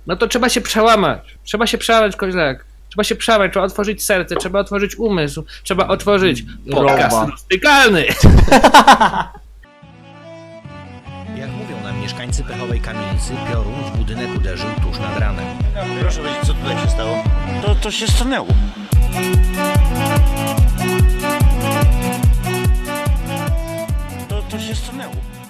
no to trzeba się przełamać. Trzeba się przełamać, koźlak. Trzeba się przełamać, trzeba otworzyć serce, trzeba otworzyć umysł, trzeba otworzyć podcast rustykalny. Jak mówią nam mieszkańcy pechowej kamienicy, piorun w budynek uderzył tuż nad ranem. Proszę powiedzieć, co tutaj się stało? To się stanęło. To się stanęło.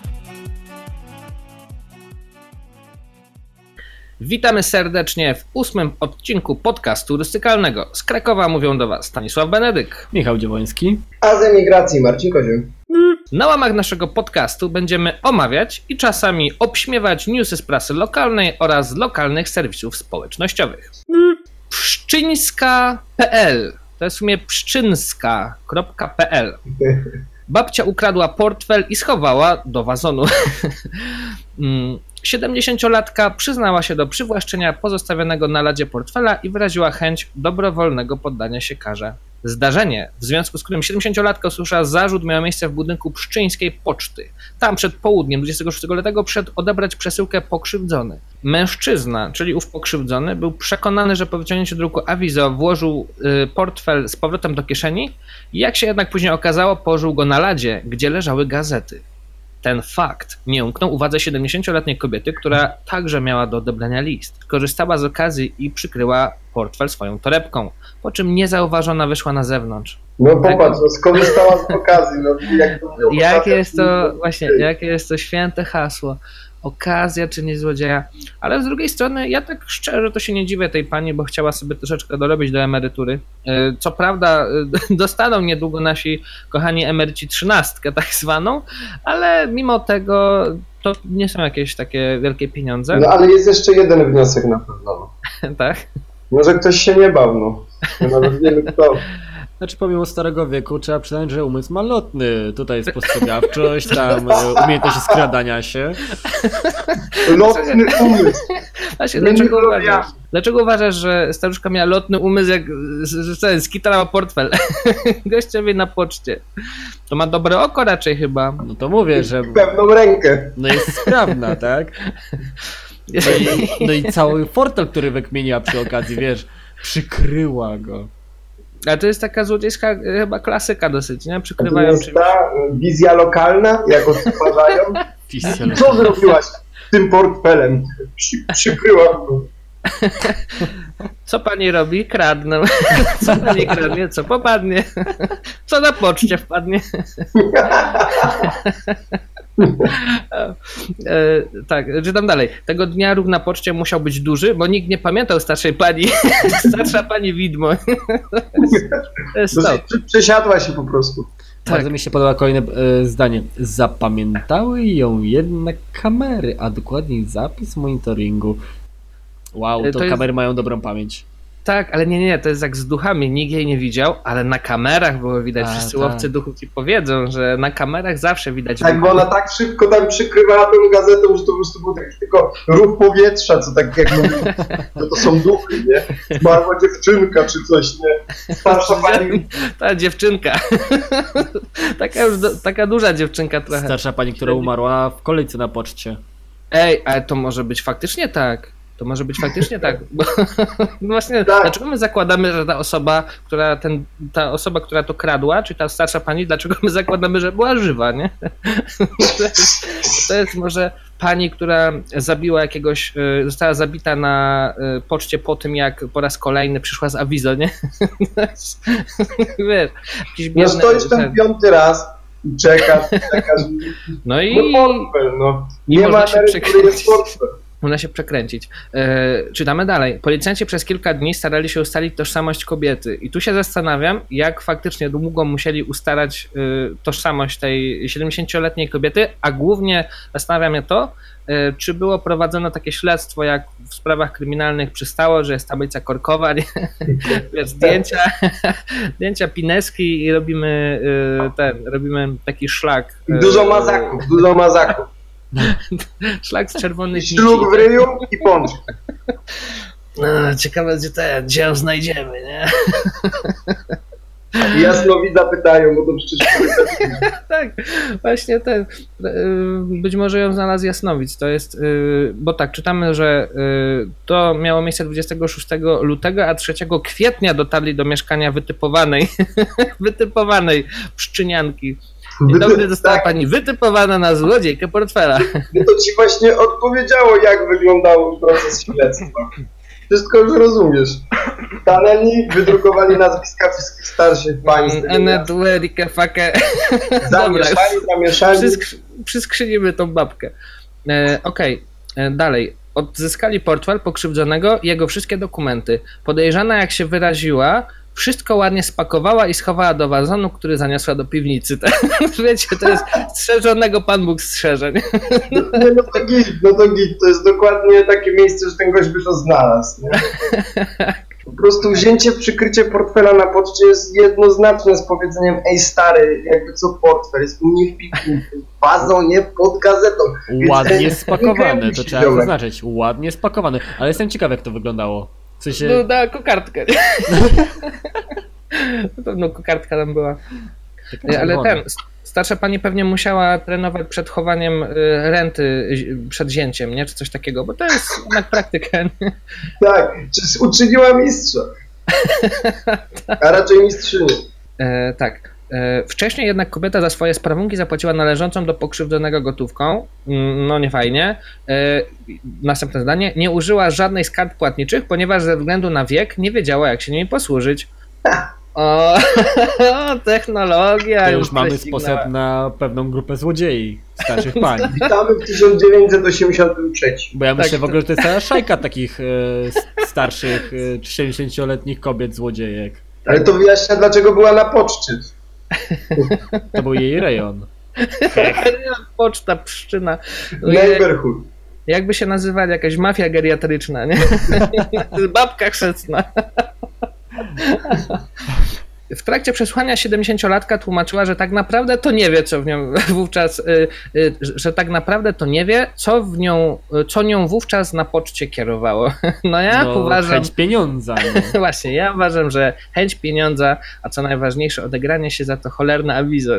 Witamy serdecznie w 8. odcinku podcastu rustykalnego. Z Krakowa mówią do Was Stanisław Benedyk, Michał Dziewoński, a z emigracji Marcin Kozioł. Na łamach naszego podcastu będziemy omawiać i czasami obśmiewać newsy z prasy lokalnej oraz z lokalnych serwisów społecznościowych. Pszczyńska.pl, to jest w sumie pszczynska.pl. Babcia ukradła portfel i schowała do wazonu. 70-latka przyznała się do przywłaszczenia pozostawionego na ladzie portfela i wyraziła chęć dobrowolnego poddania się karze. Zdarzenie, w związku z którym 70-latka usłyszała zarzut, miało miejsce w budynku Pszczyńskiej Poczty. Tam przed południem 26 lutego przyszedł odebrać przesyłkę pokrzywdzony. Mężczyzna, czyli ów pokrzywdzony, był przekonany, że po wyciągnięciu druku awizo włożył portfel z powrotem do kieszeni i jak się jednak później okazało, położył go na ladzie, gdzie leżały gazety. Ten fakt nie umknął uwadze 70-letniej kobiety, która także miała do odebrania list. Korzystała z okazji i przykryła portfel swoją torebką, po czym niezauważona wyszła na zewnątrz. No popatrz, skorzystała z okazji. No, jakie jest to święte hasło. Okazja czyni złodzieja. Ale z drugiej strony ja tak szczerze to się nie dziwię tej pani, bo chciała sobie troszeczkę dorobić do emerytury. Co prawda dostaną niedługo nasi kochani emeryci 13 tak zwaną, ale mimo tego to nie są jakieś takie wielkie pieniądze. No ale jest jeszcze jeden wniosek na pewno. Tak? Może ktoś się nie bał, no. Nawet wiemy kto. Znaczy pomimo starego wieku trzeba przyznać, że umysł ma lotny. Tutaj spostrzegawczość, tam umiejętność skradania się. Lotny umysł. Właśnie, dlaczego uważasz, że staruszka miała lotny umysł, jak skitrała portfel gościowi na poczcie? To ma dobre oko raczej chyba. No to mówię, że... Pewną rękę. No jest sprawna, tak? No i cały fortel, który wykmieniła przy okazji, wiesz, przykryła go. A to jest taka złodziejska chyba klasyka dosyć, nie? Przykrywają to jest ta wizja lokalna, jak odtwarzają. Co zrobiłaś tym portfelem? Przykryłam go. Co pani robi? Kradnę. Co pani kradnie? Co popadnie? Co na poczcie wpadnie? Tak, czytam dalej. Tego dnia ruch na poczcie musiał być duży, bo nikt nie pamiętał starszej pani. Starsza pani widmo. To jest to. Przesiadła się po prostu. Tak. Bardzo mi się podoba kolejne zdanie. Zapamiętały ją jednak kamery, a dokładniej zapis monitoringu. Wow, to kamery mają dobrą pamięć. Tak, ale nie, to jest jak z duchami, nikt jej nie widział, ale na kamerach było widać, wszyscy łowcy duchów ci powiedzą, że na kamerach zawsze widać tak, bo ona tak szybko tam przykrywała tą gazetą, że to po prostu był taki tylko ruch powietrza, co tak jak mówię, to są duchy, nie? Zmarła dziewczynka czy coś, nie? Starsza pani. Ta dziewczynka, taka duża dziewczynka trochę. Starsza pani, która umarła w kolejce na poczcie. Ej, ale to może być faktycznie tak. To może być faktycznie tak, bo no właśnie, tak. Dlaczego my zakładamy, że ta osoba, która to kradła, czy ta starsza pani, dlaczego my zakładamy, że była żywa, nie? To jest może pani, która zabiła została zabita na poczcie po tym, jak po raz kolejny przyszła z awizo, nie? Wiesz, no stoisz ten 5. raz i czekasz. No i... No portfel, no. Nie ma emerytury, jest portfel. Można się przekręcić. Czytamy dalej. Policjanci przez kilka dni starali się ustalić tożsamość kobiety. I tu się zastanawiam, jak faktycznie długo musieli ustalać tożsamość tej 70-letniej kobiety, a głównie zastanawia mnie to, czy było prowadzone takie śledztwo, jak w sprawach kryminalnych przystało, że jest tablica korkowa, zdjęcia pineski i robimy taki szlak. Dużo mazaków. Szlak z czerwonych nici. Ślub w ryju i pączki. No, ciekawe, gdzie ją znajdziemy, nie? I jasnowidza pytają, bo to przecież... Tak, właśnie ten. Być może ją znalazł jasnowidz. To jest, bo tak, czytamy, że to miało miejsce 26 lutego, a 3 kwietnia dotarli do mieszkania wytypowanej pszczynianki. Dzień dobry, została pani wytypowana na złodziejkę portfela. To ci właśnie odpowiedziało, jak wyglądał proces śledztwa. Wszystko już rozumiesz. Stanęli, wydrukowali nazwiska wszystkich starszych państw. Zamieszali. Przyskrzynimy tą babkę. Okej, dalej. Odzyskali portfel pokrzywdzonego i jego wszystkie dokumenty. Podejrzana, jak się wyraziła, wszystko ładnie spakowała i schowała do wazonu, który zaniosła do piwnicy. Wiecie, to jest strzeżonego Pan Bóg strzeże. No to git. To jest dokładnie takie miejsce, że ten gość by to znalazł. Nie? Po prostu wzięcie, przykrycie portfela na poczcie jest jednoznaczne z powiedzeniem: ej stary, jakby co portfel, jest u mnie w piwnicy, w wazonie, pod gazetą. Ładnie spakowane, to trzeba zaznaczyć. Ładnie spakowane. Ale jestem ciekaw, jak to wyglądało. W sensie... No na kokardkę. Na pewno kokardka tam była. Ale starsza pani pewnie musiała trenować przed chowaniem renty przed zięciem, nie? Czy coś takiego, bo to jest jednak praktyka. Nie? Tak, czy uczyniła mistrza. A raczej mistrzynię. Tak. Wcześniej jednak kobieta za swoje sprawunki zapłaciła należącą do pokrzywdzonego gotówką. No nie fajnie. Następne zdanie. Nie użyła żadnej z kart płatniczych, ponieważ ze względu na wiek nie wiedziała, jak się nimi posłużyć. O, technologia. To już mamy sposób na pewną grupę złodziei, starszych pań. Witamy w 1983. Bo ja myślę w ogóle, że to jest cała szajka takich starszych, 70-letnich kobiet złodziejek. Ale to wyjaśnia, dlaczego była na poczcie. To był jej rejon. Poczta, pszczyna. Neighborhood. Jakby się nazywali, jakaś mafia geriatryczna, nie? Babka chrzestna. W trakcie przesłuchania 70-latka tłumaczyła, że tak naprawdę to nie wie, co w nią wówczas, że tak naprawdę to nie wie, co nią wówczas na poczcie kierowało. No ja uważam... Chęć pieniądza. No. Właśnie, ja uważam, że chęć pieniądza, a co najważniejsze, odegranie się za to cholerne awizo.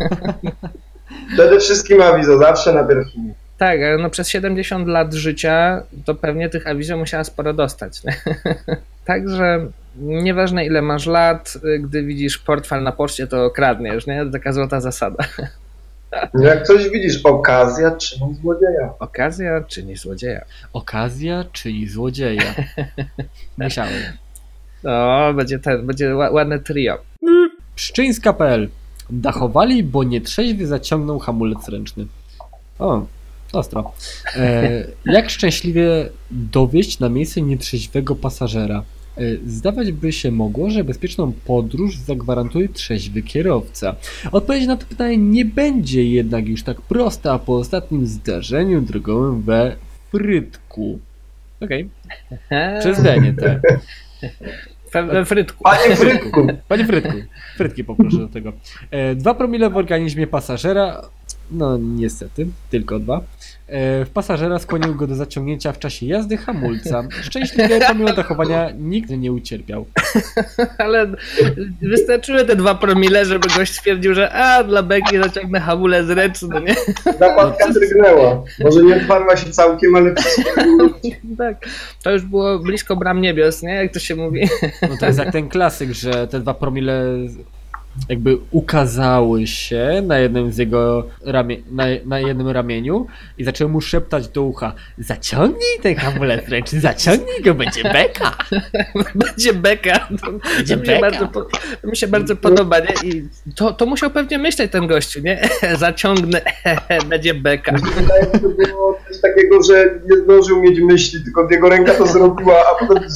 Przede wszystkim awizo, zawsze na pierwszym. Tak, ale no przez 70 lat życia to pewnie tych awizo musiała sporo dostać. Nie? Także nieważne ile masz lat, gdy widzisz portfel na poczcie, to kradniesz, nie? To taka złota zasada. Jak coś widzisz, okazja czyni złodzieja. Okazja czyni złodzieja. Okazja czyni złodzieja. Musiałem. No, będzie ładne trio. Pszczyńska.pl. Dachowali, bo nietrzeźwy zaciągnął hamulec ręczny. O, ostro. Jak szczęśliwie dowieźć na miejsce nietrzeźwego pasażera? Zdawać by się mogło, że bezpieczną podróż zagwarantuje trzeźwy kierowca. Odpowiedź na to pytanie nie będzie jednak już tak prosta po ostatnim zdarzeniu drogowym we Frytku. Okej. Przez D, nie te. We Frytku. Panie Frytku. Panie Frytku. Frytki poproszę do tego. 2 promile w organizmie pasażera. No niestety, tylko 2. W pasażera skłonił go do zaciągnięcia w czasie jazdy hamulca. Szczęśliwie pomimo zachowania nikt nie ucierpiał. Ale wystarczyły te 2 promile, żeby gość stwierdził, że dla beki zaciągnę hamulec ręczny, nie? Zapadka drgnęła. Może nie otwarła się całkiem, ale tak, to już było blisko bram niebios, nie? Jak to się mówi. No to jest jak ten klasyk, że te 2 promile jakby ukazały się na jednym z jego na jednym ramieniu i zaczęły mu szeptać do ucha: zaciągnij ten hamulec ręczny, zaciągnij go, będzie beka. Będzie beka. To mi się bardzo podoba, nie? I to musiał pewnie myśleć ten gościu, nie? Zaciągnę, będzie beka. Wydaje mi się, to było coś takiego, że nie zdążył mieć myśli, tylko jego ręka to zrobiła, a potem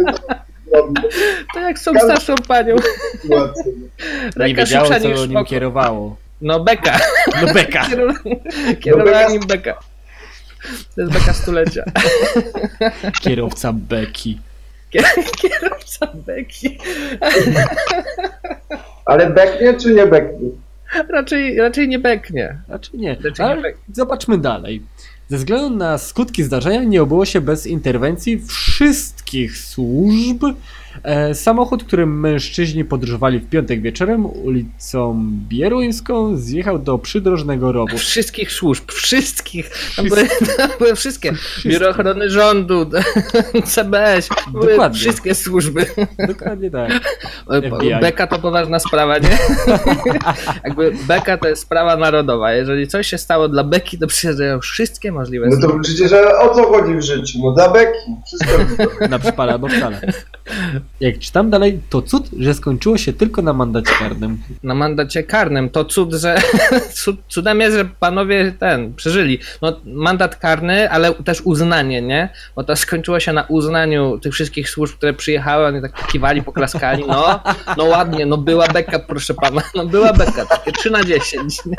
to jak są starszą panią. Nie wiedziało, co nim kierowało. No beka. No beka. Kierowała nim beka. To jest beka stulecia. Kierowca beki. Kierowca beki. Ale beknie czy nie beknie? Raczej nie beknie. Raczej nie. Ale zobaczmy dalej. Ze względu na skutki zdarzenia nie obyło się bez interwencji wszystkich wszystkich służb. Samochód, którym mężczyźni podróżowali w piątek wieczorem ulicą Bieruńską, zjechał do przydrożnego rowu. Wszystkich służb, wszystkich. Tam były wszystkie. Biuro Ochrony Rządu, CBS, były Dokładnie. wszystkie służby. Dokładnie tak. FBI. Beka to poważna sprawa, nie? Jakby beka to jest sprawa narodowa. Jeżeli coś się stało dla beki, to przyjeżdżają wszystkie możliwe No to służby. przecież o co chodzi w życiu? No dla beki. Wszystko. Na przypale albo wcale. Jak czytam dalej, to cud, że skończyło się tylko na mandacie karnym. Na mandacie karnym. To cud, że cudem jest, że panowie przeżyli. No, mandat karny, ale też uznanie, nie? Bo to skończyło się na uznaniu tych wszystkich służb, które przyjechały, oni tak kiwali, poklaskali. No ładnie, no była beka, proszę pana. No była beka, takie 3 na 10. Nie?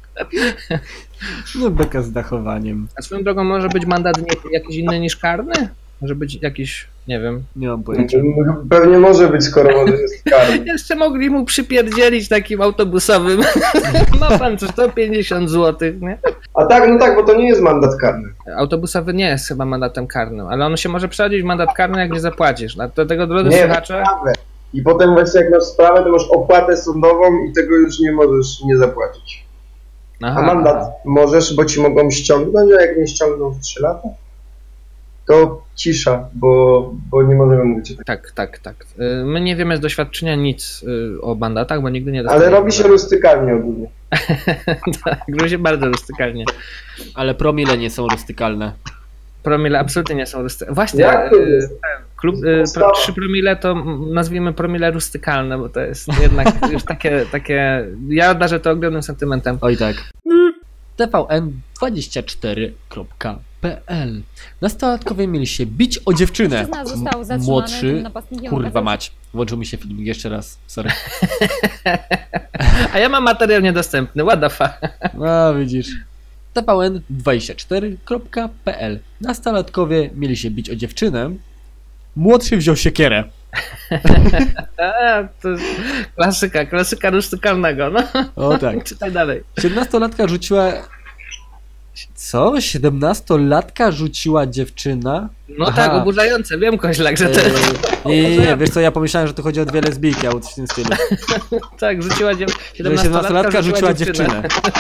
No beka z dachowaniem. A swoją drogą może być mandat jakiś inny niż karny? Może być jakiś, nie wiem. Nie mam pojęcia. Pewnie może być, skoro może jest karny. Jeszcze mogli mu przypierdzielić takim autobusowym. Ma pan co, 150 zł, nie? A tak, no tak, bo to nie jest mandat karny. Autobusowy nie jest chyba mandatem karnym, ale on się może przerodzić w mandat karny, jak nie zapłacisz. Dlatego, drodzy Nie, słuchacze, sprawę. I potem właśnie jak masz sprawę, to masz opłatę sądową i tego już nie możesz nie zapłacić. A mandat możesz, bo ci mogą ściągnąć, a jak nie ściągną w 3 lata, to cisza, bo nie możemy mówić o tym. Tak. My nie wiemy z doświadczenia nic o mandatach, bo nigdy nie Ale dostaliśmy robi się rustykalnie ogólnie. tak, robi się bardzo rustykalnie. Ale promile nie są rustykalne. Promile absolutnie nie są rustykalne. Właśnie, Jak to jest? klub 3 promile to nazwijmy promile rustykalne, bo to jest jednak już takie ja darzę to ogromnym sentymentem. Oj tak. tvn24.pl Nastolatkowie mieli się bić o dziewczynę. Mężczyzna został zatrzymany Młodszy, napastnikiem kurwa okazał się- mać. Włączył mi się film jeszcze raz, sorry. A ja mam materiał niedostępny, what the fuck. No widzisz. tvn24.pl Nastolatkowie mieli się bić o dziewczynę. Młodszy wziął siekierę. To jest klasyka rustykalnego, no. O tak. Czytaj dalej. 17-latka rzuciła... Co? 17-latka rzuciła dziewczyna? No Aha. tak, oburzające, wiem koźlak, że to Nie, wiesz co, ja pomyślałem, że tu chodzi o 2 lesbijki, albo coś w tym stylu. tak, rzuciła Że 17-latka rzuciła dziewczynę.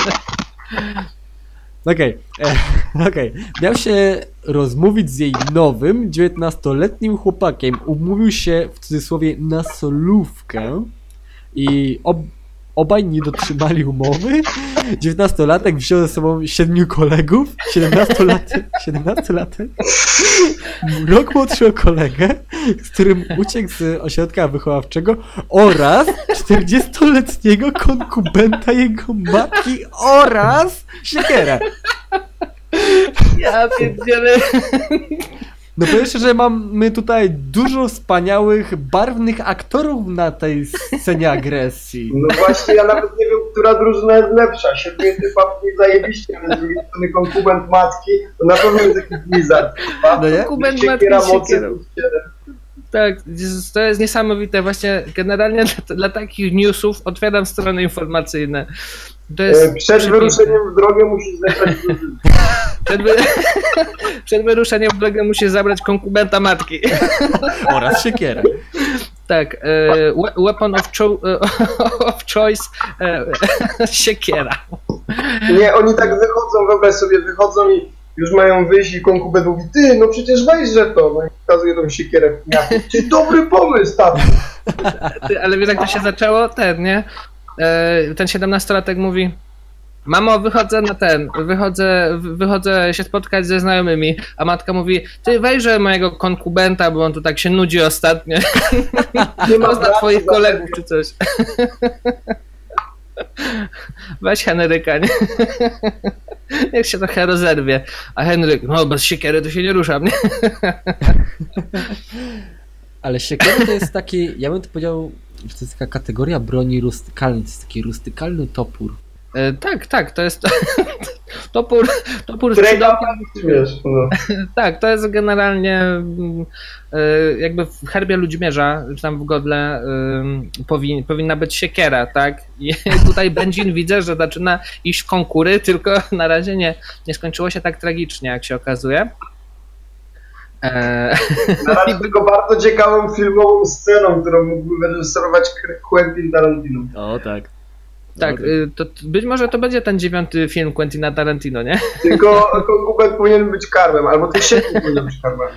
Okej. Miał się rozmówić z jej nowym, 19-letnim chłopakiem. Umówił się w cudzysłowie na solówkę i obaj nie dotrzymali umowy. 19-latek wziął ze sobą 7 kolegów. 17-latek rok młodszego kolegę, z którym uciekł z ośrodka wychowawczego, oraz 40-letniego konkubenta jego matki oraz siekierę. Ja pierdzielę. No powiem szczerze, mamy tutaj dużo wspaniałych, barwnych aktorów na tej scenie agresji. No właśnie, ja nawet nie wiem, która drużyna jest lepsza. Siedmięty papki zajebiście, ale z drugiej strony konkubent matki, to na pewno jest jakiś blizzard. No nie? Konkubent Siekiera matki mocy siekierą. plus 7. Tak, to jest niesamowite. Właśnie generalnie dla takich newsów otwieram strony informacyjne. To jest Przed przepiękne. wyruszeniem w drogę musisz zebrać drużynę. Przed wyruszeniem w drogę musi zabrać konkubenta matki. Oraz siekierę. Tak, weapon of choice siekiera. Nie, oni tak wychodzą, wyobraź sobie, wychodzą i już mają wyjść i konkubent mówi, ty, no przecież weźże to. No i pokazuje tą siekierę w gniazdku. Ty, dobry pomysł, tato. Ty, ale wiesz jak to się zaczęło? Nie? Ten 17-latek mówi: mamo, wychodzę się spotkać ze znajomymi, a matka mówi: ty weźże mojego konkubenta, bo on tu tak się nudzi ostatnio. Nie ma zna twoich kolegów czy coś. Weź Henryka, nie? Niech się trochę rozerwie. A Henryk, no bez siekiery to się nie ruszam, nie? Ale siekiera to jest taki, ja bym to powiedział, że to jest taka kategoria broni rustykalnej, to jest taki rustykalny topór. Tak, to jest topór z Drejka, wiesz, no. Tak, to jest generalnie jakby w herbie Ludźmierza, czy tam w godle powinna być siekiera, tak? I tutaj Będzin widzę, że zaczyna iść w konkury, tylko na razie nie skończyło się tak tragicznie, jak się okazuje. Na tylko bardzo ciekawą filmową sceną, którą mógłby wyreżyserować Quentin Tarantino. O, tak. Tak, to być może to będzie ten 9. film Quentina Tarantino, nie? Tylko konkubent powinien być karmem, albo też siedmiu powinien być karmem.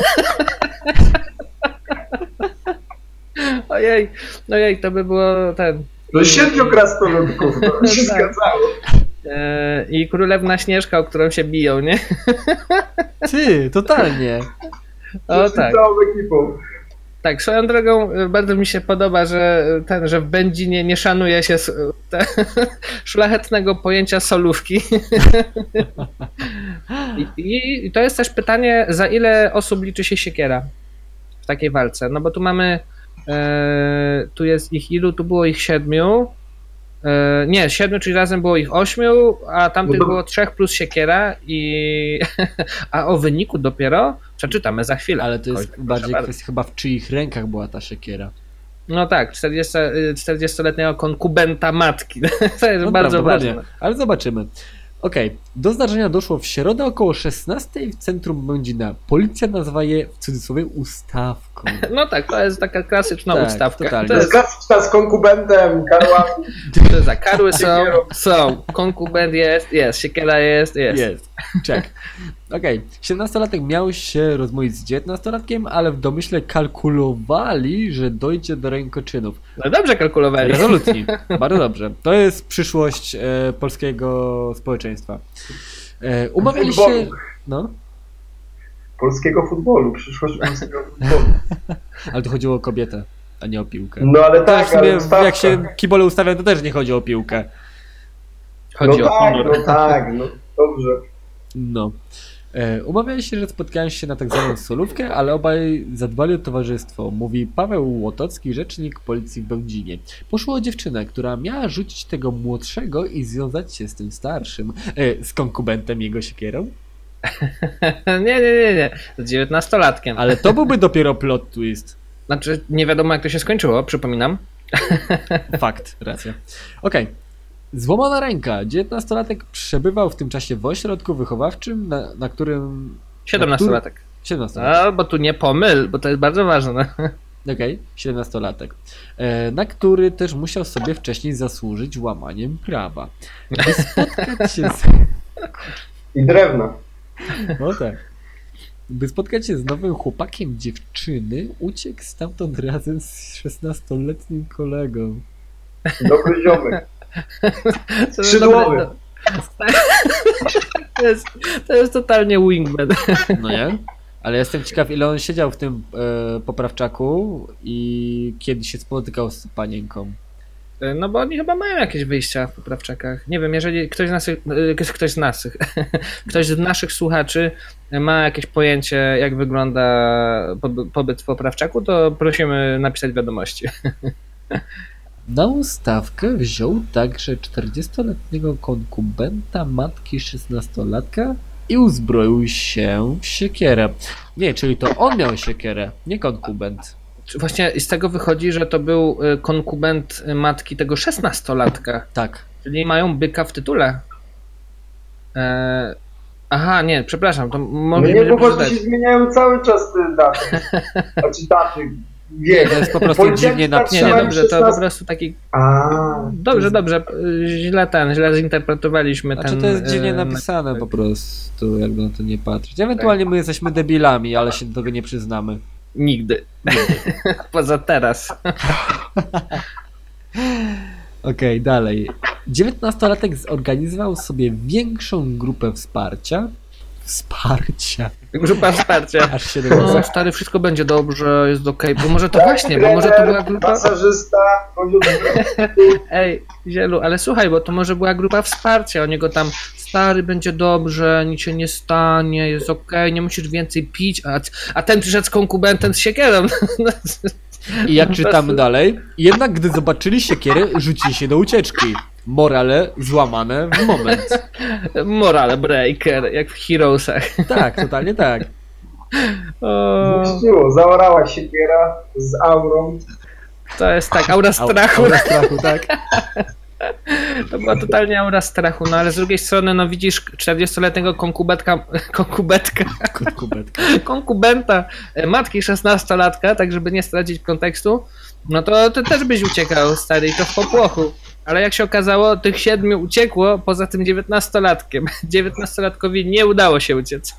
Ojej, to by było ten... No 7 krasnoludków, to się Tak. zgadzało. I Królewna Śnieżka, o którą się biją, nie? Ty, totalnie. O tak. Całą ekipą. Tak, swoją drogą bardzo mi się podoba, że w Będzinie nie szanuje się szlachetnego pojęcia solówki. I to jest też pytanie, za ile osób liczy się siekiera w takiej walce. No bo tu mamy, tu jest ich ilu? Tu było ich 7. Nie, 7, czyli razem było ich 8, a tamtych było 3 plus siekiera a o wyniku dopiero przeczytamy za chwilę. Ale to jest Proszę bardziej bardzo. kwestia chyba w czyich rękach była ta siekiera. No tak, 40-letniego konkubenta matki. To jest No bardzo prawdopodobnie, ważne. ale zobaczymy. Okej, do zdarzenia doszło w środę około 16 w centrum Będzina. Policja nazywa je w cudzysłowie ustawką. No tak, to jest taka klasyczna Tak, ustawka. totalnie. To To jest klasyczna z konkubentem, karłami. jest za karły są, konkubent jest, siekiera jest. Jest, check. Okej, 17-latek miał się rozmówić z 19-latkiem, ale w domyśle kalkulowali, że dojdzie do rękoczynów. No dobrze kalkulowali. Rezolutni, bardzo dobrze. To jest przyszłość polskiego społeczeństwa. Umawiali się... Futbolu. No, Polskiego futbolu, przyszłość polskiego futbolu. ale tu chodziło o kobietę, a nie o piłkę. No ale To w tak, sumie, ale ustawka. jak się kibole ustawiają, to też nie chodzi o piłkę. Chodzi o honor. No dobrze. No. Umawiali się, że spotkają się na tak zwaną solówkę, ale obaj zadbali o towarzystwo, mówi Paweł Łotocki, rzecznik policji w Będzinie. Poszło o dziewczynę, która miała rzucić tego młodszego i związać się z tym starszym. Z konkubentem jego siekierą? Nie. Z 19-latkiem. Ale to byłby dopiero plot twist. Znaczy, nie wiadomo jak to się skończyło, przypominam. Fakt, racja. Okej. Złamana ręka. 19-latek przebywał w tym czasie w ośrodku wychowawczym, na którym... 17-latek. 17-latek. A, bo tu nie pomyl, bo to jest bardzo ważne. Okej, 17-latek. Na który też musiał sobie wcześniej zasłużyć łamaniem prawa. By spotkać się z... I drewna. No tak. By spotkać się z nowym chłopakiem dziewczyny, uciekł stamtąd razem z 16-letnim kolegą. Dobry ziomek. To Skrzydłowy. To jest totalnie wingman. No nie? Ale jestem ciekaw, ile on siedział w tym poprawczaku i kiedy się spotykał z panienką. No bo oni chyba mają jakieś wyjścia w poprawczakach. Nie wiem, jeżeli ktoś z naszych słuchaczy ma jakieś pojęcie, jak wygląda pobyt w poprawczaku, to prosimy napisać wiadomości. Na ustawkę wziął także 40-letniego konkubenta matki 16-latka i uzbroił się w siekierę. Nie, czyli to on miał siekierę, nie konkubent. Właśnie z tego wychodzi, że to był konkubent matki tego 16-latka. Tak. Czyli mają byka w tytule. Aha, nie, przepraszam, to No może nie, po prostu się zmieniają cały czas te daty. Znaczy daty. Wiek. To jest po prostu dziwnie Nie, napisane. dobrze, to po prostu taki... Dobrze, źle zinterpretowaliśmy Znaczy ten... to jest dziwnie napisane po prostu, jakby na to nie patrzeć. Ewentualnie my jesteśmy debilami, ale się do tego nie przyznamy. Nigdy. Poza teraz. Okej, dalej. 19-latek zorganizował sobie większą grupę wsparcia. Grupa wsparcia. Aż się No stary, wszystko będzie dobrze, jest okej. Bo może to właśnie, bo może to była grupa... Masażysta, Ej, Zielu, ale słuchaj, bo to może była grupa wsparcia. Oni go tam, stary, będzie dobrze, nic się nie stanie, jest okej, nie musisz więcej pić, a ten przyszedł z konkubentem z siekierą. I jak czytamy dalej, jednak gdy zobaczyli siekierę, rzucili się do ucieczki. Morale złamane w moment. Morale breaker, jak w Heroesach. Tak, totalnie tak. Zmieściło, zaorała siekiera z aurą. To jest tak, aura strachu. Aura strachu, tak. To była totalnie aura strachu, no ale z drugiej strony, no widzisz 40-letniego konkubenta matki 16-latka, tak żeby nie stracić kontekstu, no to ty też byś uciekał, stary, i to w popłochu. Ale jak się okazało, tych 7 uciekło poza tym 19-latkiem. 19-latkowi nie udało się uciec.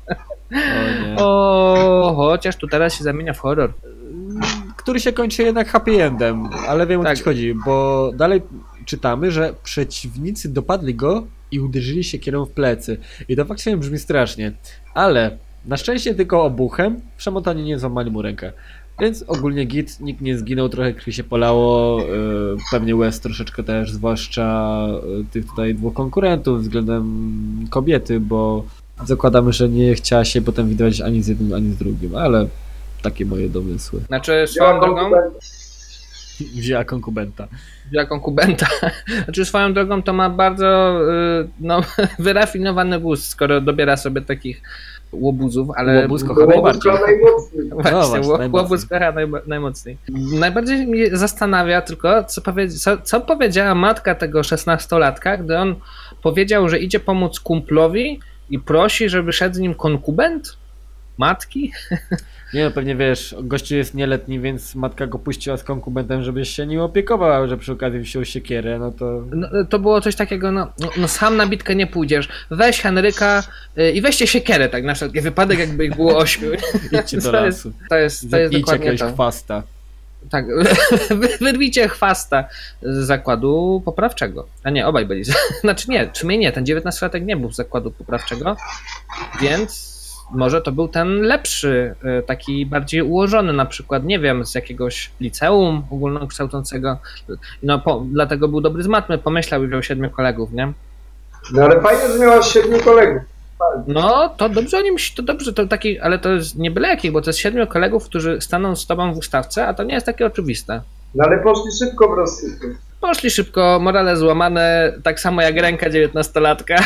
O, chociaż tu teraz się zamienia w horror. Który się kończy jednak happy endem, ale wiem o Tak. co chodzi, bo dalej czytamy, że przeciwnicy dopadli go i uderzyli się kierą w plecy. I to faktycznie brzmi strasznie, ale na szczęście tylko obuchem, w szamotanie nie złamali mu rękę. Więc ogólnie git, nikt nie zginął, trochę krwi się polało, pewnie łez troszeczkę też, zwłaszcza tych tutaj 2 konkurentów względem kobiety, bo zakładamy, że nie chciała się potem widywać ani z jednym, ani z drugim, ale takie moje domysły. Znaczy swoją drogą... Wzięła konkubenta. Wzięła konkubenta. Znaczy swoją drogą to ma bardzo no, wyrafinowany gust, skoro dobiera sobie takich łobuzów, ale... Łobuz kocha najbardziej. Właśnie, No właśnie, łobuz kocha najmocniej. Najbardziej mnie zastanawia tylko, co powiedziała matka tego 16-latka, gdy on powiedział, że idzie pomóc kumplowi i prosi, żeby szedł z nim konkubent matki. Nie no, pewnie wiesz, gościu jest nieletni, więc matka go puściła z konkubentem, żebyś się nim opiekował, że przy okazji wziął siekierę, no to... No, to było coś takiego, no sam na bitkę nie pójdziesz. Weź Henryka i weźcie siekierę, tak na wszelki wypadek, jakby ich było 8. Idźcie do lasu. To jest Wypijcie dokładnie jakiegoś to. chwasta. Tak, wyrwijcie chwasta z zakładu poprawczego. A nie, obaj byli. Znaczy nie, czy mnie nie, ten 19-latek nie był z zakładu poprawczego, więc może to był ten lepszy, taki bardziej ułożony, na przykład, nie wiem, z jakiegoś liceum ogólnokształcącego. No, dlatego był dobry z matmy, pomyślał i wziął 7 kolegów, nie? No ale fajnie, że miałaś 7 kolegów. No, to dobrze o nim, to dobrze, to taki, ale to jest nie byle jakich, bo to jest 7 kolegów, którzy staną z tobą w ustawce, a to nie jest takie oczywiste. No ale poszli szybko po prostu. Poszli szybko, morale złamane, tak samo jak ręka 19-latka.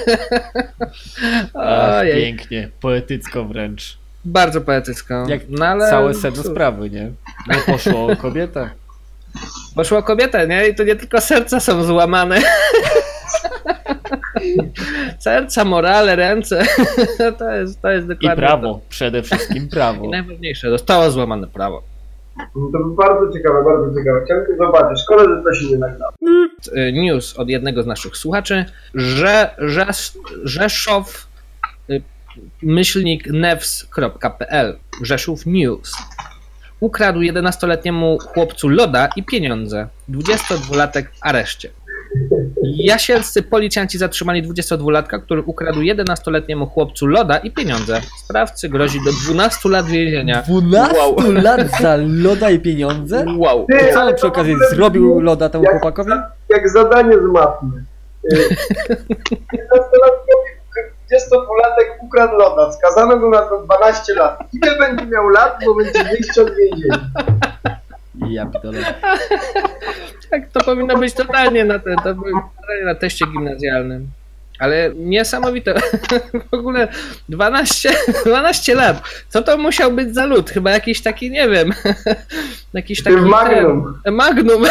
Ach, Ojej, pięknie, poetycko wręcz. bardzo poetycko. Jak No, ale całe sedno sprawy, nie? No poszło o kobietę. poszło o kobietę, nie? I to nie tylko serca są złamane. Serca, morale, ręce. To jest I dokładnie prawo, przede wszystkim to. prawo. I najważniejsze, zostało złamane prawo. No to by bardzo ciekawe, bardzo ciekawe. Chciałem tylko zobaczyć. Szkoda, że to się nie nagrało. News od jednego z naszych słuchaczy, że Rzeszów /news.pl Rzeszów News ukradł 11-letniemu chłopcu loda i pieniądze. 22-latek w areszcie. Jasielscy policjanci zatrzymali 22-latka, który ukradł 11-letniemu chłopcu loda i pieniądze. Sprawcy grozi do 12 lat więzienia. 12 lat za loda i pieniądze? Wow. Ty, Co ale on przy to okazji w ogóle zrobił loda temu jak- chłopakowi? Jak zadanie z matmy. 15-latkowi 22-latek ukradł loda. Skazano go na to 12 lat. Ile będzie miał lat, bo będzie wyjście od więzienia. Ja pitole. Tak, to powinno być totalnie na teście gimnazjalnym. Ale niesamowite. W ogóle 12 lat. Co to musiał być za lud? Chyba jakiś taki, nie wiem. Jakiś taki... Magnum. Magnum.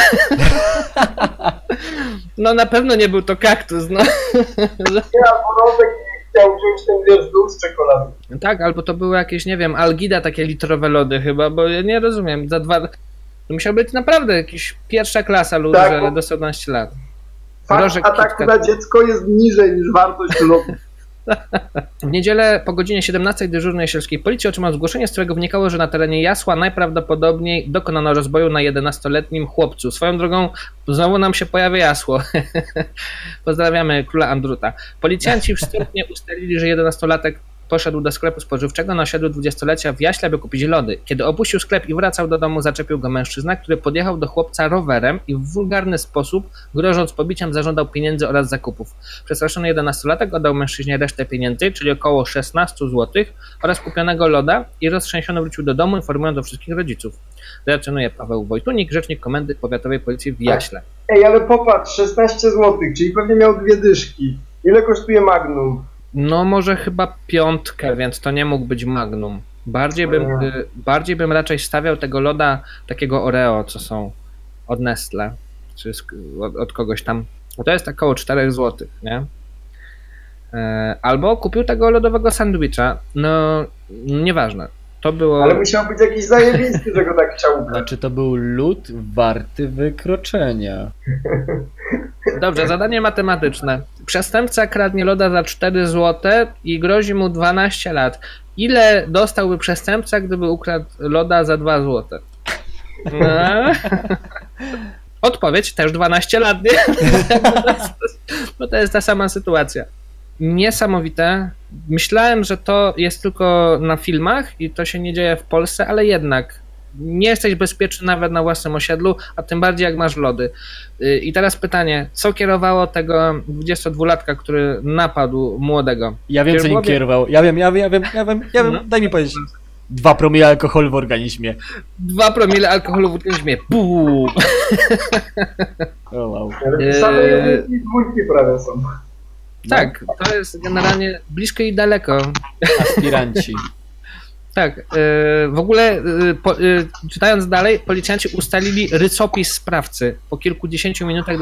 No na pewno nie był to kaktus, no. Ja Borodek chciał wziąć ten wiesz dół z czekolady. Tak, albo to były jakieś, nie wiem, Algida, takie litrowe lody chyba, bo ja nie rozumiem. To musiał być naprawdę jakiś pierwsza klasa lud, Tak, że bo- do 17 lat. Fakt Rożek ataku KitKat. na dziecko jest niżej niż wartość lodu. W niedzielę po godzinie 17 dyżurny jasielskiej policji otrzymał zgłoszenie, z którego wnikało, że na terenie Jasła najprawdopodobniej dokonano rozboju na 11-letnim chłopcu. Swoją drogą znowu nam się pojawia Jasło. Pozdrawiamy króla Andruta. Policjanci wstępnie ustalili, że 11-latek poszedł do sklepu spożywczego na osiedlu 20-lecia w Jaśle, by kupić lody. Kiedy opuścił sklep i wracał do domu, zaczepił go mężczyzna, który podjechał do chłopca rowerem i w wulgarny sposób, grożąc pobiciem, zażądał pieniędzy oraz zakupów. Przestraszony 11-latek oddał mężczyźnie resztę pieniędzy, czyli około 16 zł oraz kupionego loda i roztrzęsiony wrócił do domu, informując o wszystkich rodziców. Relacjonuje Paweł Wojtunik, rzecznik Komendy Powiatowej Policji w Jaśle. Ej, ale popatrz, 16 zł, czyli pewnie miał 2 dyszki. Ile kosztuje Magnum? No może chyba 5, więc to nie mógł być Magnum. Bardziej bym raczej stawiał tego loda takiego Oreo, co są od Nestle, czy od kogoś tam To jest około 4 zł, nie? Albo kupił tego lodowego sandwicha, no nieważne. To było... Ale musiał być jakiś zajebisty, że go tak chciał ukraść. Znaczy to był lód warty wykroczenia. Dobrze, zadanie matematyczne. Przestępca kradnie loda za 4 zł i grozi mu 12 lat. Ile dostałby przestępca, gdyby ukradł loda za 2 zł? No. Odpowiedź też 12 lat, nie? No to jest ta sama sytuacja. Niesamowite. Myślałem, że to jest tylko na filmach i to się nie dzieje w Polsce, ale jednak nie jesteś bezpieczny nawet na własnym osiedlu, a tym bardziej jak masz lody. I teraz pytanie, co kierowało tego 22-latka, który napadł młodego? Ja wiem, co nim kierował. Ja wiem. No. Daj mi powiedzieć. 2 promile alkoholu w organizmie. 2 promile alkoholu w organizmie. Bum! O wow. Ale same jedynki i dwójki prawie są. Tak, to jest generalnie blisko i daleko. Aspiranci. Tak, w ogóle czytając dalej, policjanci ustalili rycopis sprawcy. Po kilkudziesięciu minutach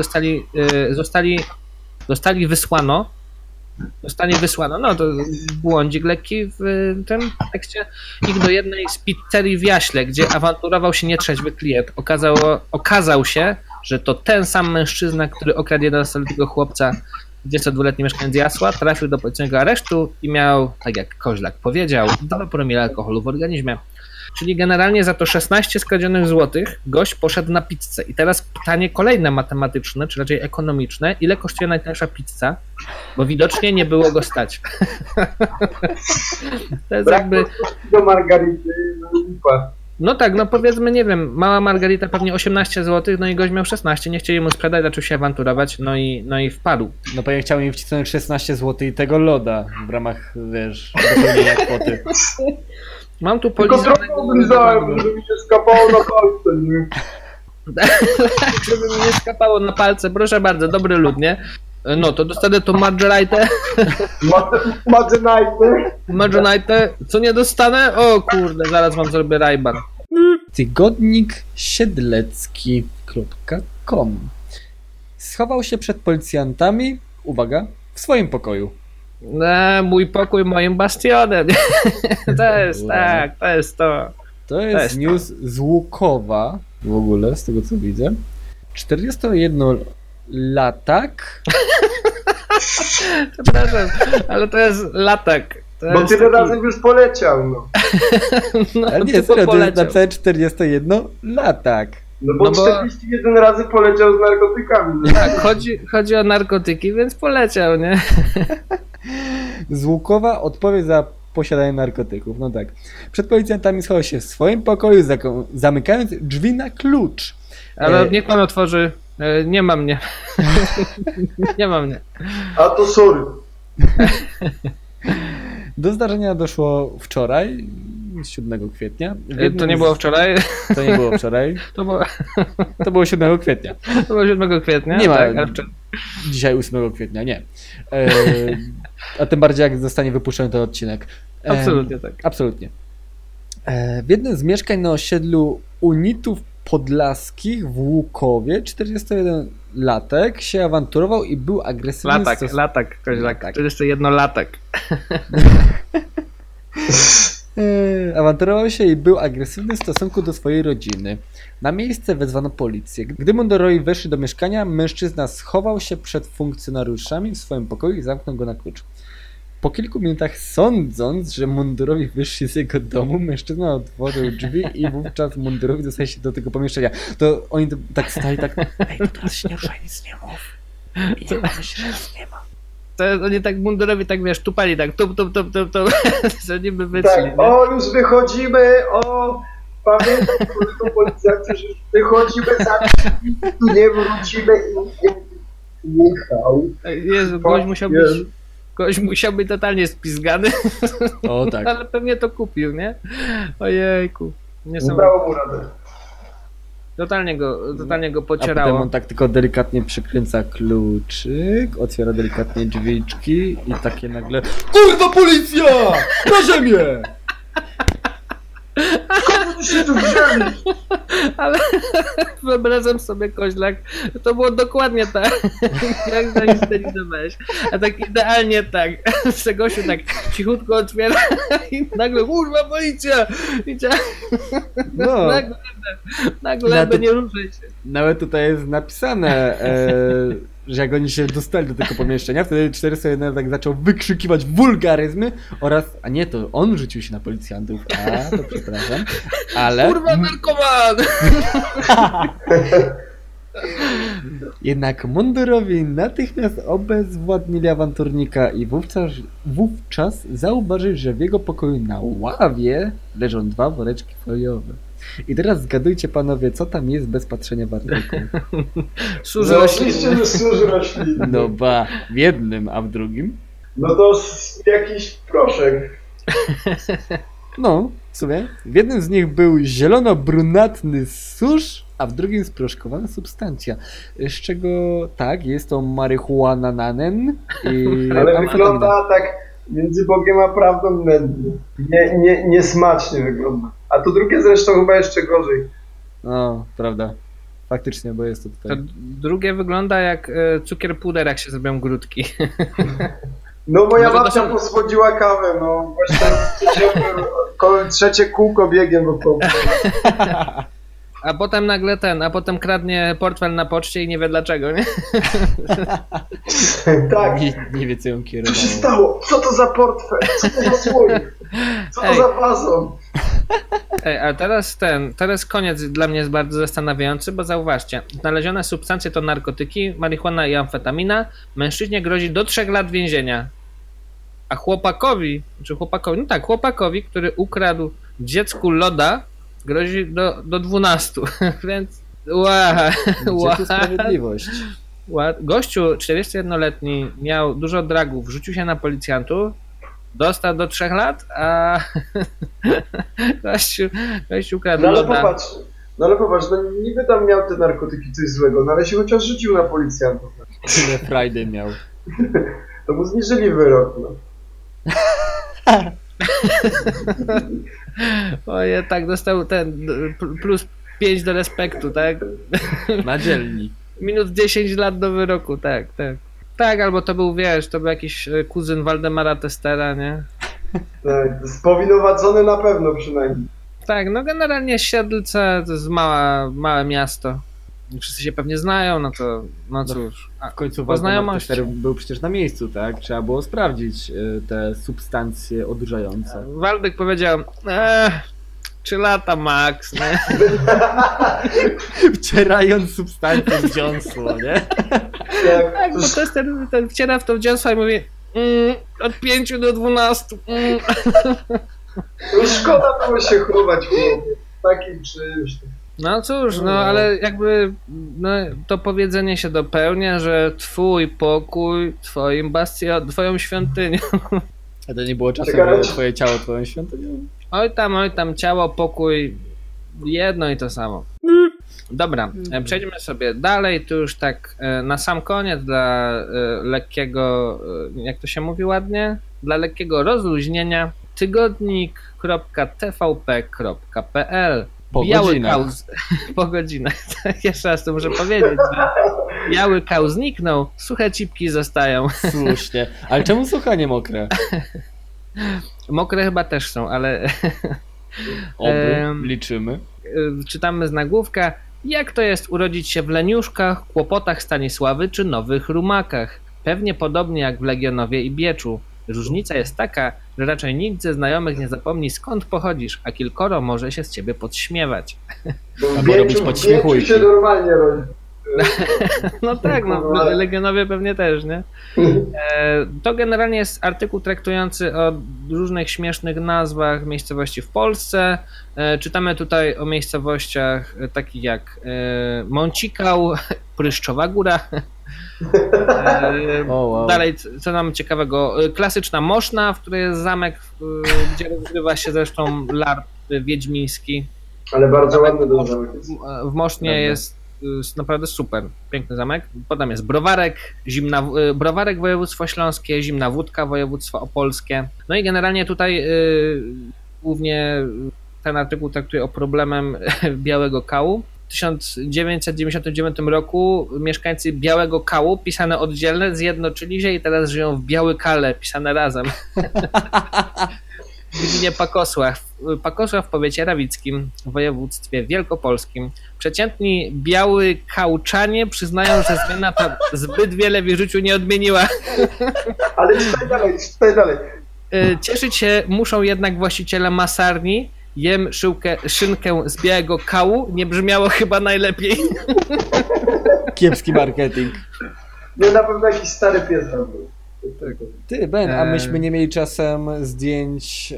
dostali wysłano, no to błądzik lekki w tym tekście, ich do jednej z pizzerii w Jaśle, gdzie awanturował się nietrzeźwy klient. Okazał się, że to ten sam mężczyzna, który okradł 11-letniego chłopca, 22-letni mieszkaniec Jasła, trafił do policyjnego aresztu i miał, tak jak Koźlak powiedział, 2 promile alkoholu w organizmie. Czyli generalnie za to 16 skradzionych złotych gość poszedł na pizzę. I teraz pytanie kolejne matematyczne, czy raczej ekonomiczne. Ile kosztuje najtańsza pizza? Bo widocznie nie było go stać. To jest jakby... Do margarity, no lipa. No tak, no powiedzmy, nie wiem, mała margarita pewnie 18 zł, no i gość miał 16, nie chcieli mu sprzedać, zaczął się awanturować, no i wpadł. No pewnie chciał im wcisnąć 16 zł i tego loda w ramach, wiesz, dopełnienia kwoty. Mam tu Tylko trochę oblizałem, żeby mi się skapało na palce, nie? Tak, żeby mi nie skapało na palce, proszę bardzo, dobry lud, nie? No to dostanę to margarite. Margarite. Co nie dostanę? O kurde, zaraz wam zrobię rajban. Tygodnik siedlecki.com Schował się przed policjantami, uwaga, w swoim pokoju. Mój pokój moim bastionem. To jest tak, to jest to. To jest news z Łukowa, w ogóle, z tego co widzę. 41-latak. Przepraszam, ale to jest latak. Bo tyle razy już poleciał, no. Ale nie, serio, to jest napisane 41-latak. No bo 41 razy poleciał z narkotykami. Tak, chodzi o narkotyki, więc poleciał, nie? Z Łukowa odpowiedź za posiadanie narkotyków, no tak. Przed policjantami schował się w swoim pokoju, zamykając drzwi na klucz. Ale niech pan otworzy. Nie ma mnie. Nie ma mnie. A to sorry. Do zdarzenia doszło wczoraj, 7 kwietnia. To nie było wczoraj? To nie było wczoraj. To było 7 kwietnia. To było 7 kwietnia? Nie ma. Tak, dzisiaj 8 kwietnia, nie. A tym bardziej jak zostanie wypuszczony ten odcinek. Absolutnie tak. Absolutnie. W jednym z mieszkań na osiedlu Unitów Podlaskich w Łukowie 41-latek się awanturował i był agresywny. Latak, Koźlak. 41-latek. Awanturował się i był agresywny w stosunku do swojej rodziny. Na miejsce wezwano policję. Gdy mundurowi weszli do mieszkania, mężczyzna schował się przed funkcjonariuszami w swoim pokoju i zamknął go na klucz. Po kilku minutach, sądząc, że mundurowi wyszli z jego domu, mężczyzna otworzył drzwi i wówczas mundurowi dostali się do tego pomieszczenia. To oni tak stali, tak, ej, to teraz się nie ruszaj, nic nie mów. I nie myśl, że nic nie ma. To oni tak mundurowi, tak wiesz, tupali, tak tup, że niby wyszli. Tak, nie? o, już wychodzimy, pamiętam, to policjanci, że już wychodzimy za drzwi, tu nie wrócimy i Michał. Jezu, gość musiał być totalnie spizgany. O tak. Ale pewnie to kupił, nie? Ojejku. Nie dało mu radę. Totalnie go A pocierało. potem on tak tylko delikatnie przykręca kluczyk, otwiera delikatnie drzwiczki i takie nagle KURWA POLICJA! Na ziemię! oni się tu wzięli? Ale wyobrażam sobie, Koźlak, to było dokładnie tak, jak zainstalowałeś. A tak idealnie tak. Gosiu tak cichutko otwiera i nagle, kurwa, policja! I No. nagle to- nie ruszaj się. Nawet tutaj jest napisane, że jak oni się dostali do tego pomieszczenia, wtedy 401 tak zaczął wykrzykiwać wulgaryzmy oraz, a nie, to on rzucił się na policjantów, a to przepraszam, ale Kurwa, narkoman! jednak mundurowi natychmiast obezwładnili awanturnika i wówczas zauważyli, że w jego pokoju na ławie leżą 2 woreczki foliowe. I teraz zgadujcie panowie, co tam jest bez patrzenia w artykuł. Służy No roślinny. oczywiście, że służy roślinny. No ba, w jednym, a w drugim? No to jakiś proszek. No, w sumie. W jednym z nich był zielono-brunatny susz, a w drugim sproszkowana substancja. Z czego tak, jest to marihuana nanen i Ale amfetamina. wygląda tak między Bogiem a prawdą nędznie. Niesmacznie wygląda. A to drugie zresztą chyba jeszcze gorzej. No, prawda. Faktycznie, bo jest to To tutaj. drugie wygląda jak cukier puder, jak się zrobią grudki. No moja Może to babcia są- posłodziła kawę, no właśnie trzecie kółko biegiem wokoło. A potem nagle a potem kradnie portfel na poczcie i nie wie dlaczego, nie? Tak. Nie wie, co ją Co się kierowało. stało? Co to za portfel? Co to za słoik? Co to Ej. za wazon? Ej, a teraz koniec dla mnie jest bardzo zastanawiający, bo zauważcie, znalezione substancje to narkotyki, marihuana i amfetamina, mężczyźnie grozi do 3 lat więzienia. A chłopakowi, który ukradł dziecku loda, grozi do 12, więc Gdzie tu sprawiedliwość? Gościu 41-letni miał dużo dragów, rzucił się na policjantów, dostał do 3 lat, a gościu ukradł No ale loda. popatrz, no niby tam miał te narkotyki coś złego, no ale się chociaż rzucił na policjantów. Tyle frajdy miał. To mu zniżyli wyrok, no. Oje, tak, dostał plus 5 do respektu, tak? Na dzielni. Minus 10 lat do wyroku, tak. Tak, albo to był, to był jakiś kuzyn Waldemara Testera, nie? Tak, spowinowacony na pewno przynajmniej. Tak, no generalnie Siedlce to jest małe miasto. Wszyscy się pewnie znają, no to, no cóż. W końcu Po znajomości. Waldemar Tester był przecież na miejscu, tak? Trzeba było sprawdzić te substancje odurzające. Waldek powiedział, 3 lata max, nie? Wcierając substancje w dziąsło, nie? Tak, bo Tester ten wciera w to dziąsło i mówi od 5 do 12. No szkoda było się chować, chłopie. Takim czymś. No cóż, no ale jakby to powiedzenie się dopełnia, że twój pokój, twoją świątynią. A to nie było czasem, Czekaj. że twoje ciało twoją świątynią? Oj tam, ciało, pokój, jedno i to samo. Dobra, przejdźmy sobie dalej, tu już tak na sam koniec dla lekkiego, jak to się mówi ładnie? Dla lekkiego rozluźnienia tygodnik.tvp.pl Po Biały godzinach. kał po godzinach. Tak, jeszcze raz to muszę powiedzieć, że biały kał zniknął, suche cipki zostają. Słusznie. Ale czemu sucha, nie mokre? Mokre chyba też są, ale Oby, liczymy. czytamy z nagłówka. Jak to jest urodzić się w leniuszkach, kłopotach Stanisławy czy nowych rumakach? Pewnie podobnie jak w Legionowie i Bieczu. Różnica jest taka, że raczej nikt ze znajomych nie zapomni skąd pochodzisz, a kilkoro może się z ciebie podśmiewać. Albo robić podśmiechujki. się normalnie robi. No tak, no Legionowie pewnie też, nie? To generalnie jest artykuł traktujący o różnych śmiesznych nazwach miejscowości w Polsce. Czytamy tutaj o miejscowościach takich jak Mącikał, Pryszczowa Góra. O, wow. Dalej, co nam ciekawego? Klasyczna Moszna, w której jest zamek, gdzie rozgrywa się zresztą lart wiedźmiński. Ale bardzo ładny ten zamek jest. W Mosznie Prawda. jest naprawdę super, piękny zamek. Potem jest Browarek, Browarek województwo śląskie, Zimna Wódka województwo opolskie. No i generalnie tutaj głównie ten artykuł traktuje o problemem Białego Kału. W 1999 roku mieszkańcy Białego Kału, pisane oddzielne, zjednoczyli się i teraz żyją w Białykale, pisane razem. W gminie Pakosław w powiecie rawickim, w województwie wielkopolskim. Przeciętni białykałczanie przyznają, że zmiana ta zbyt wiele w ich życiu nie odmieniła. Ale czytaj dalej. Cieszyć się muszą jednak właściciele masarni. Jem szynkę z Białego Kału. Nie brzmiało chyba najlepiej. Kiepski marketing. Nie, na pewno jakiś stary pies tam był. Ty, Ben, a myśmy nie mieli czasem zdjęć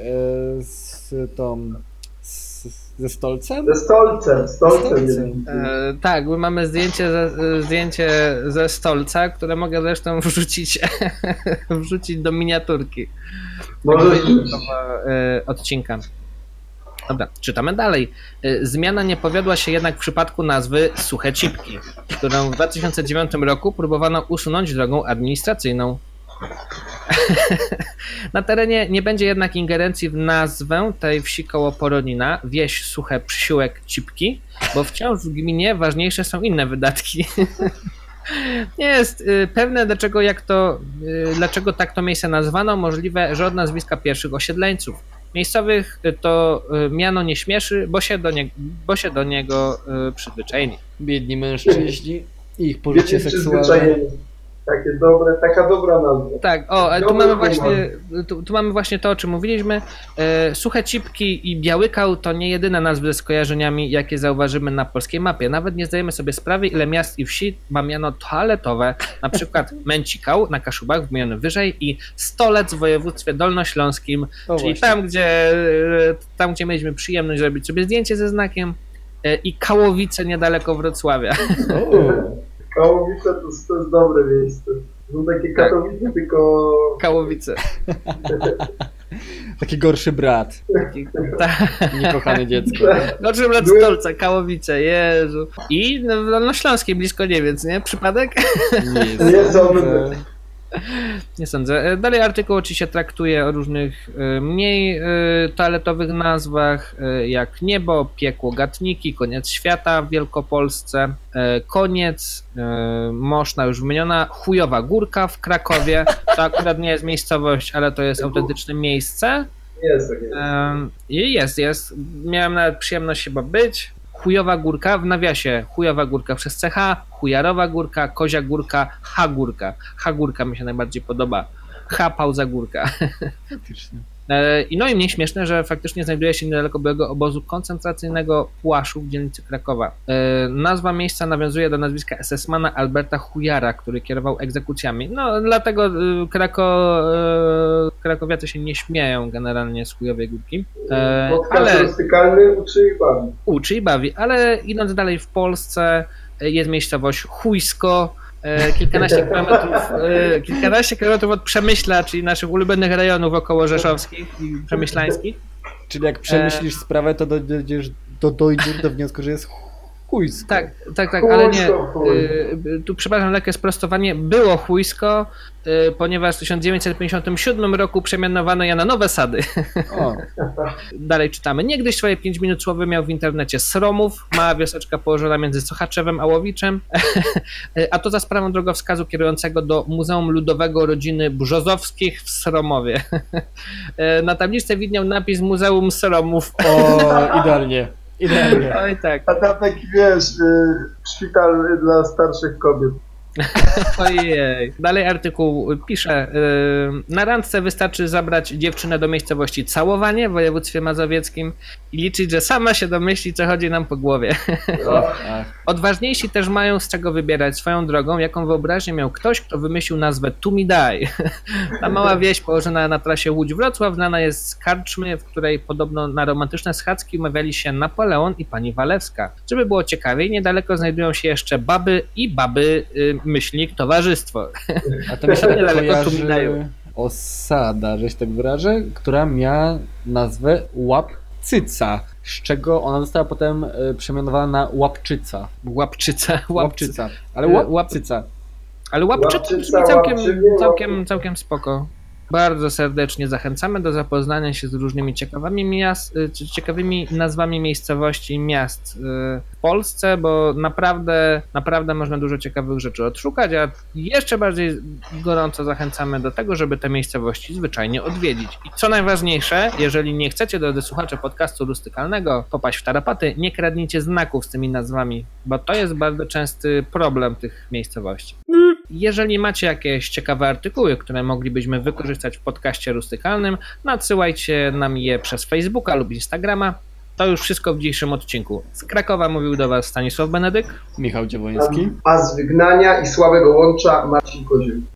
ze stolcem? Ze stolcem. Tak, my mamy zdjęcie ze stolca, które mogę zresztą wrzucić do miniaturki. Możesz Odcinka. Dobra, czytamy dalej. Zmiana nie powiodła się jednak w przypadku nazwy Suche Cipki, którą w 2009 roku próbowano usunąć drogą administracyjną. Na terenie nie będzie jednak ingerencji w nazwę tej wsi koło Poronina, wieś Suche Przysiłek Cipki, bo wciąż w gminie ważniejsze są inne wydatki. Nie jest pewne, dlaczego tak to miejsce nazwano. Możliwe, że od nazwiska pierwszych osiedleńców. Miejscowych to miano nie śmieszy, bo się do niego przyzwyczaili. Biedni mężczyźni i ich pożycie seksualne. Taka dobra nazwa. Tak, tu mamy właśnie to, o czym mówiliśmy. Suche Cipki i Białykał to nie jedyne nazwy ze skojarzeniami, jakie zauważymy na polskiej mapie. Nawet nie zdajemy sobie sprawy, ile miast i wsi ma miano toaletowe, na przykład Męcikał na Kaszubach, wymieniony wyżej, i Stolec w województwie dolnośląskim, czyli tam, gdzie mieliśmy przyjemność zrobić sobie zdjęcie ze znakiem, i Kałowice niedaleko Wrocławia. Kałowice to jest dobre miejsce. Są takie Katowice, tylko... Kałowice. Taki gorszy brat. Niekochane dziecko. Gorszy brat Stolca, Kałowice, Jezu. I w Dolnośląskiej, blisko Niewiec, nie? Przypadek? Nie sądzę. Nie sądzę. Dalej artykuł oczywiście traktuje o różnych mniej toaletowych nazwach, jak Niebo, Piekło, Gatniki, Koniec Świata w Wielkopolsce, Koniec, Moszna już wymieniona, Chujowa Górka w Krakowie. To akurat nie jest miejscowość, ale to jest autentyczne miejsce. Jest. Miałem nawet przyjemność chyba być. Chujowa Górka, w nawiasie Chujowa Górka przez CH, Chujarowa Górka, Kozia Górka, H-Górka. H-Górka mi się najbardziej podoba. H-pauza Górka. Faktycznie. No i mniej śmieszne, że faktycznie znajduje się niedaleko byłego obozu koncentracyjnego Płaszów w dzielnicy Krakowa. Nazwa miejsca nawiązuje do nazwiska SS-mana Alberta Chujara, który kierował egzekucjami. No dlatego krakowiacy się nie śmieją generalnie z Chujowej Górki. Ale rustykalny uczy i bawi. Ale idąc dalej w Polsce jest miejscowość Chujsko, kilkanaście kilometrów od Przemyśla, czyli naszych ulubionych rejonów około rzeszowskich i przemyślańskich. Czyli jak przemyślisz sprawę, to dojdziesz do wniosku, że jest Chujsko. Tak, ale nie. Tu przepraszam, lekkie sprostowanie. Było Chujsko, ponieważ w 1957 roku przemianowano je na Nowe Sady. O. Dalej czytamy. Niegdyś swoje 5 minut słowy miał w internecie Sromów, mała wioseczka położona między Sochaczewem a Łowiczem, a to za sprawą drogowskazu kierującego do Muzeum Ludowego Rodziny Brzozowskich w Sromowie. Na tabliczce widniał napis Muzeum Sromów. O, idealnie. Oj tak. A tam taki, szpital dla starszych kobiet. Ojej. Dalej artykuł pisze, na randce wystarczy zabrać dziewczynę do miejscowości Całowanie w województwie mazowieckim i liczyć, że sama się domyśli, co chodzi nam po głowie. Odważniejsi też mają z czego wybierać swoją drogą, jaką wyobraźnię miał ktoś, kto wymyślił nazwę Tumidaj. Ta mała wieś położona na trasie Łódź-Wrocław znana jest z karczmy, w której podobno na romantyczne schadzki umawiali się Napoleon i pani Walewska. Żeby było ciekawiej, niedaleko znajdują się jeszcze baby i baby myślnik towarzystwo. A to mi się kojarzy osada, że się tak wyrażę, która miała nazwę Łapcyca, z czego ona została potem przemianowana na Łapczyca. Łapczyca. Ale Łapcyca. Ale Łapczyca brzmi całkiem spoko. Bardzo serdecznie zachęcamy do zapoznania się z różnymi ciekawymi nazwami miejscowości i miast w Polsce, bo naprawdę można dużo ciekawych rzeczy odszukać, a jeszcze bardziej gorąco zachęcamy do tego, żeby te miejscowości zwyczajnie odwiedzić. I co najważniejsze, jeżeli nie chcecie, drodzy słuchacze podcastu rustykalnego, popaść w tarapaty, nie kradnijcie znaków z tymi nazwami, bo to jest bardzo częsty problem tych miejscowości. Jeżeli macie jakieś ciekawe artykuły, które moglibyśmy wykorzystać w podcaście rustykalnym, nadsyłajcie nam je przez Facebooka lub Instagrama. To już wszystko w dzisiejszym odcinku. Z Krakowa mówił do Was Stanisław Benedyk, Michał Dziewoński. A z Wygnania i Słabego Łącza Marcin Kozioł.